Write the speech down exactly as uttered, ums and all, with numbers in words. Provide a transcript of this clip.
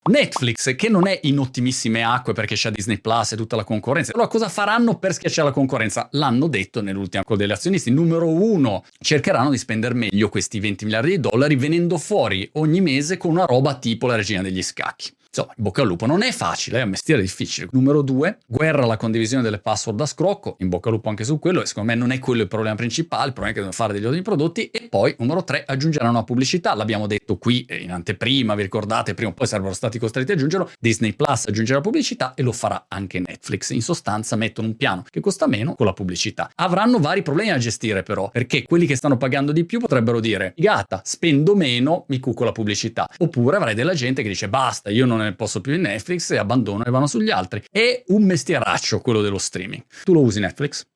Netflix, che non è in ottimissime acque perché c'è Disney Plus e tutta la concorrenza. Allora cosa faranno per schiacciare la concorrenza? L'hanno detto nell'ultima call degli azionisti. Numero uno, cercheranno di spendere meglio questi venti miliardi di dollari venendo fuori ogni mese con una roba tipo la regina degli scacchi. Insomma, in bocca al lupo. Non è facile, è un mestiere difficile. Numero due, guerra alla condivisione delle password a scrocco, in bocca al lupo anche su quello, e secondo me non è quello il problema principale, il problema è che devono fare degli ordini prodotti. E poi, numero tre, aggiungeranno una pubblicità, l'abbiamo detto qui in anteprima, vi ricordate, prima o poi sarebbero stati costretti ad aggiungerlo, Disney Plus aggiungerà la pubblicità e lo farà anche Netflix. In sostanza mettono un piano che costa meno con la pubblicità. Avranno vari problemi a gestire però, perché quelli che stanno pagando di più potrebbero dire, figata, spendo meno, mi cuco la pubblicità. Oppure avrai della gente che dice, basta, io non ne posso più di Netflix e abbandono e vanno sugli altri. È un mestieraccio quello dello streaming. Tu lo usi Netflix?